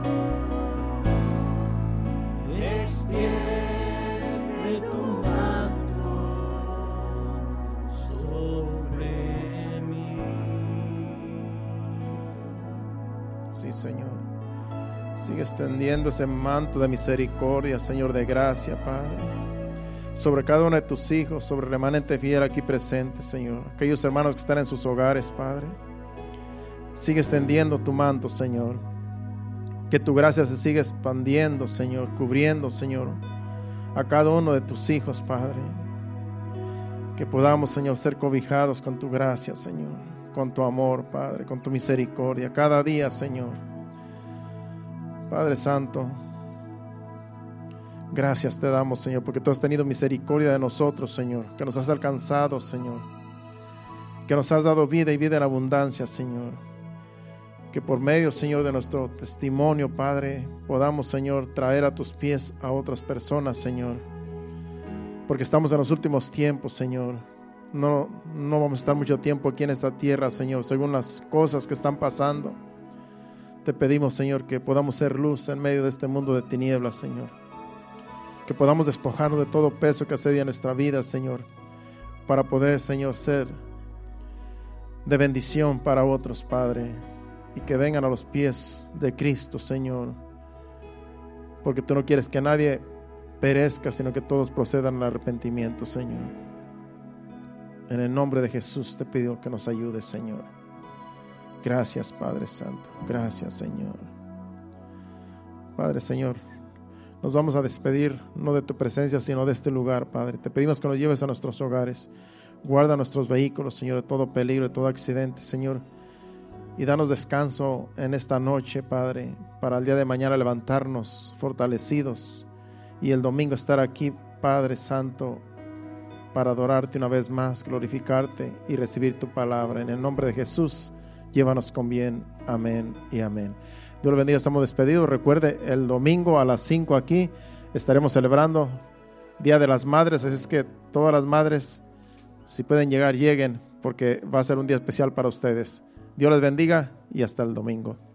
extiende tu manto sobre mí. Sí, Señor. Sigue extendiendo ese manto de misericordia, Señor, de gracia, Padre, sobre cada uno de tus hijos, sobre el remanente fiel aquí presente, Señor. Aquellos hermanos que están en sus hogares, Padre. Sigue extendiendo tu manto, Señor. Que tu gracia se siga expandiendo, Señor, cubriendo, Señor, a cada uno de tus hijos, Padre. Que podamos, Señor, ser cobijados con tu gracia, Señor, con tu amor, Padre, con tu misericordia, cada día, Señor. Padre Santo, gracias te damos, Señor, porque tú has tenido misericordia de nosotros, Señor, que nos has alcanzado, Señor, que nos has dado vida y vida en abundancia, Señor, que por medio, Señor, de nuestro testimonio, Padre, podamos, Señor, traer a tus pies a otras personas, Señor, porque estamos en los últimos tiempos, Señor. No vamos a estar mucho tiempo aquí en esta tierra, Señor, según las cosas que están pasando. Te pedimos, Señor, que podamos ser luz en medio de este mundo de tinieblas, Señor. Que podamos despojarnos de todo peso que asedia nuestra vida, Señor, para poder, Señor, ser de bendición para otros, Padre, y que vengan a los pies de Cristo, Señor, porque tú no quieres que nadie perezca, sino que todos procedan al arrepentimiento, Señor. En el nombre de Jesús te pido que nos ayudes, Señor. Gracias, Padre Santo. Gracias, Señor. Padre, Señor, nos vamos a despedir no de tu presencia, sino de este lugar, Padre. Te pedimos que nos lleves a nuestros hogares. Guarda nuestros vehículos, Señor, de todo peligro, de todo accidente, Señor. Y danos descanso en esta noche, Padre, para el día de mañana levantarnos fortalecidos y el domingo estar aquí, Padre Santo, para adorarte una vez más, glorificarte y recibir tu palabra. En el nombre de Jesús, llévanos con bien. Amén y amén. Dios lo bendiga, estamos despedidos. Recuerde, el domingo a las 5 aquí estaremos celebrando Día de las Madres, así es que todas las madres, si pueden llegar, lleguen, porque va a ser un día especial para ustedes. Dios les bendiga y hasta el domingo.